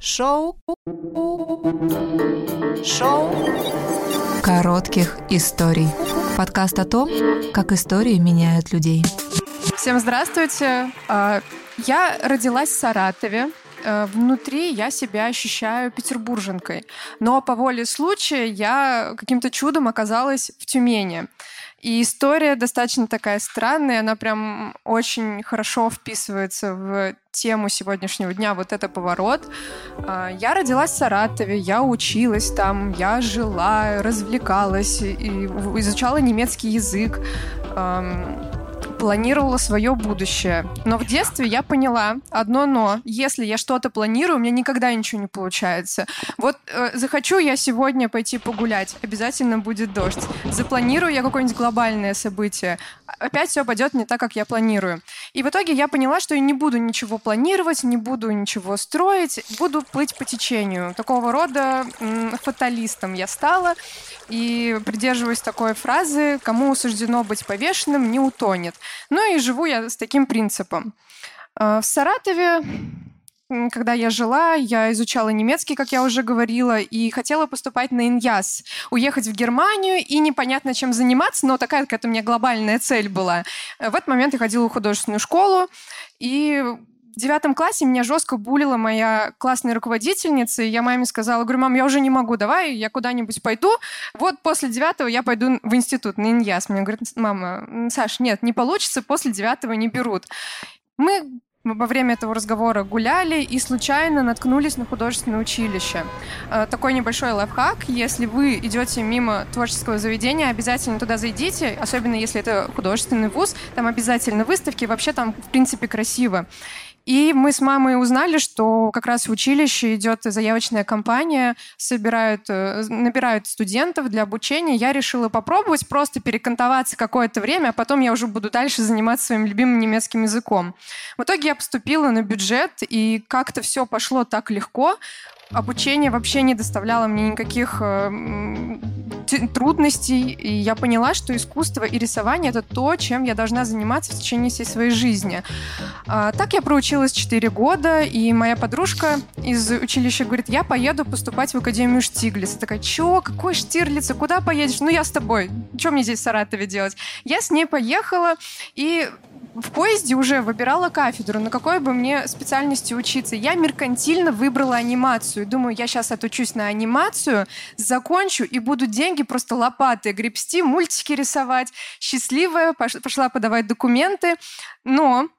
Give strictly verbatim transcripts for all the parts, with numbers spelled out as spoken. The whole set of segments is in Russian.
Шоу. Шоу. Коротких историй. Подкаст о том, как истории меняют людей. Всем здравствуйте. Я родилась в Саратове. Внутри я себя ощущаю петербурженкой. Но по воле случая я каким-то чудом оказалась в Тюмени. И история достаточно такая странная, она прям очень хорошо вписывается в тему сегодняшнего дня, вот это поворот. Я родилась в Саратове, я училась там, я жила, развлекалась, и изучала немецкий язык, планировала свое будущее. Но в детстве я поняла одно «но». Если я что-то планирую, у меня никогда ничего не получается. Вот э, захочу я сегодня пойти погулять, обязательно будет дождь. Запланирую я какое-нибудь глобальное событие, опять все пойдет не так, как я планирую. И в итоге я поняла, что я не буду ничего планировать, не буду ничего строить, буду плыть по течению. Такого рода м, фаталистом я стала. И придерживаюсь такой фразы: «Кому суждено быть повешенным, не утонет». Ну и живу я с таким принципом. В Саратове, когда я жила, я изучала немецкий, как я уже говорила, и хотела поступать на иньяс, уехать в Германию и непонятно чем заниматься, но такая какая-то у меня глобальная цель была. В этот момент я ходила в художественную школу, и в девятом классе меня жестко булила моя классная руководительница, и я маме сказала, говорю, мам, я уже не могу, давай я куда-нибудь пойду. Вот после девятого я пойду в институт на иньяс. Мне говорит, мама, Саш, нет, не получится, после девятого не берут. Мы во время этого разговора гуляли и случайно наткнулись на художественное училище. Такой небольшой лайфхак. Если вы идете мимо творческого заведения, обязательно туда зайдите, особенно если это художественный вуз, там обязательно выставки, вообще там, в принципе, красиво. И мы с мамой узнали, что как раз в училище идет заявочная кампания, собирают, набирают студентов для обучения. Я решила попробовать просто перекантоваться какое-то время, а потом я уже буду дальше заниматься своим любимым немецким языком. В итоге я поступила на бюджет, и как-то все пошло так легко. Обучение вообще не доставляло мне никаких э, трудностей, и я поняла, что искусство и рисование — это то, чем я должна заниматься в течение всей своей жизни. А, так я проучилась четыре года, и моя подружка из училища говорит, я поеду поступать в Академию Штиглица. Такая, чё, какой Штирлиц, куда поедешь? Ну, я с тобой, что мне здесь в Саратове делать? Я с ней поехала, и в поезде уже выбирала кафедру, на какой бы мне специальности учиться. Я меркантильно выбрала анимацию. Думаю, я сейчас отучусь на анимацию, закончу и буду деньги просто лопатой гребсти, мультики рисовать. Счастливая, пошла подавать документы. Но...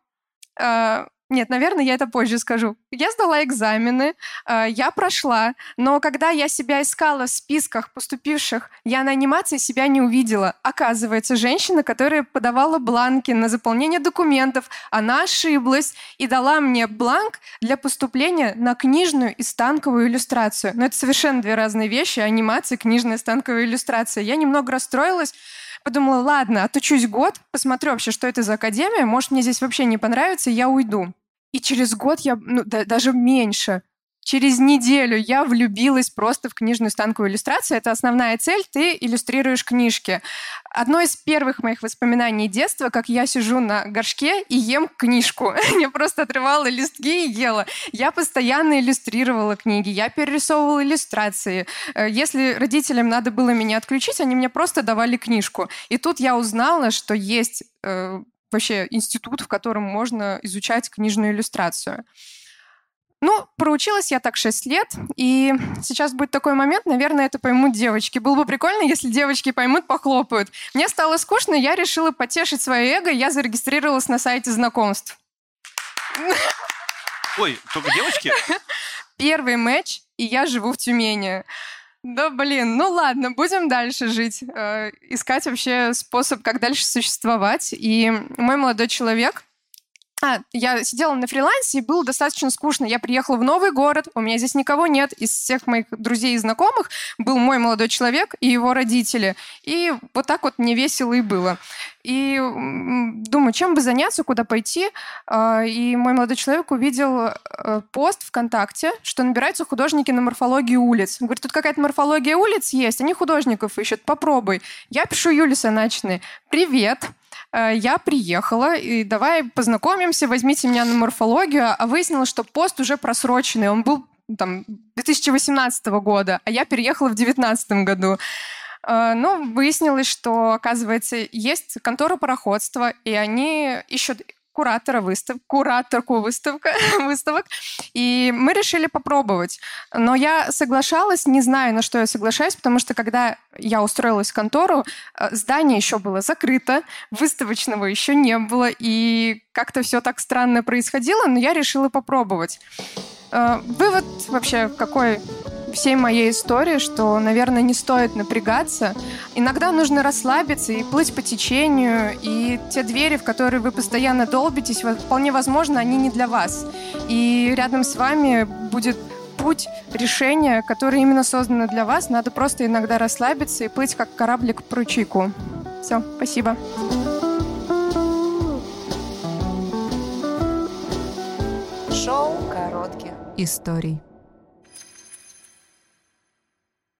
Э- Нет, наверное, я это позже скажу. Я сдала экзамены, я прошла, но когда я себя искала в списках поступивших, я на анимации себя не увидела. Оказывается, женщина, которая подавала бланки на заполнение документов, она ошиблась и дала мне бланк для поступления на книжную и станковую иллюстрацию. Но это совершенно две разные вещи: анимация, книжная и станковая иллюстрация. Я немного расстроилась, подумала, ладно, отучусь год, посмотрю вообще, что это за академия, может, мне здесь вообще не понравится, и я уйду. И через год я, ну, да, даже меньше, через неделю я влюбилась просто в книжную станковую иллюстрацию. Это основная цель, ты иллюстрируешь книжки. Одно из первых моих воспоминаний детства, как я сижу на горшке и ем книжку. Я просто отрывала листки и ела. Я постоянно иллюстрировала книги, я перерисовывала иллюстрации. Если родителям надо было меня отключить, они мне просто давали книжку. И тут я узнала, что есть э, вообще институт, в котором можно изучать книжную иллюстрацию. Ну, проучилась я так шесть лет, и сейчас будет такой момент, наверное, это поймут девочки. Было бы прикольно, если девочки поймут, похлопают. Мне стало скучно, я решила потешить свое эго, я зарегистрировалась на сайте знакомств. Ой, только девочки? Первый матч, и я живу в Тюмени. Да, блин, ну ладно, будем дальше жить. Э, искать вообще способ, как дальше существовать. И мой молодой человек... А, я сидела на фрилансе, и было достаточно скучно. Я приехала в новый город, у меня здесь никого нет. Из всех моих друзей и знакомых был мой молодой человек и его родители. И вот так вот мне весело и было. И думаю, чем бы заняться, куда пойти. И мой молодой человек увидел пост ВКонтакте, что набираются художники на морфологию улиц. Он говорит, тут какая-то морфология улиц есть, они художников ищут, попробуй. Я пишу Юле Саначной, привет. Я приехала, и давай познакомимся, возьмите меня на морфологию, а выяснилось, что пост уже просроченный, он был там, две тысячи восемнадцатого года, а я переехала в две тысячи девятнадцатом году. Но выяснилось, что, оказывается, есть контора пароходства, и они ищут куратора выставок, кураторку выставка, выставок, и мы решили попробовать. Но я соглашалась, не знаю, на что я соглашаюсь, потому что когда я устроилась в контору, здание еще было закрыто, выставочного еще не было, и как-то все так странно происходило, но я решила попробовать. Вывод вообще какой всей моей истории, что, наверное, не стоит напрягаться. Иногда нужно расслабиться и плыть по течению, и те двери, в которые вы постоянно долбитесь, вполне возможно, они не для вас. И рядом с вами будет путь, решение, которое именно создано для вас. Надо просто иногда расслабиться и плыть, как кораблик по ручейку. Все, спасибо. Шоу коротких историй.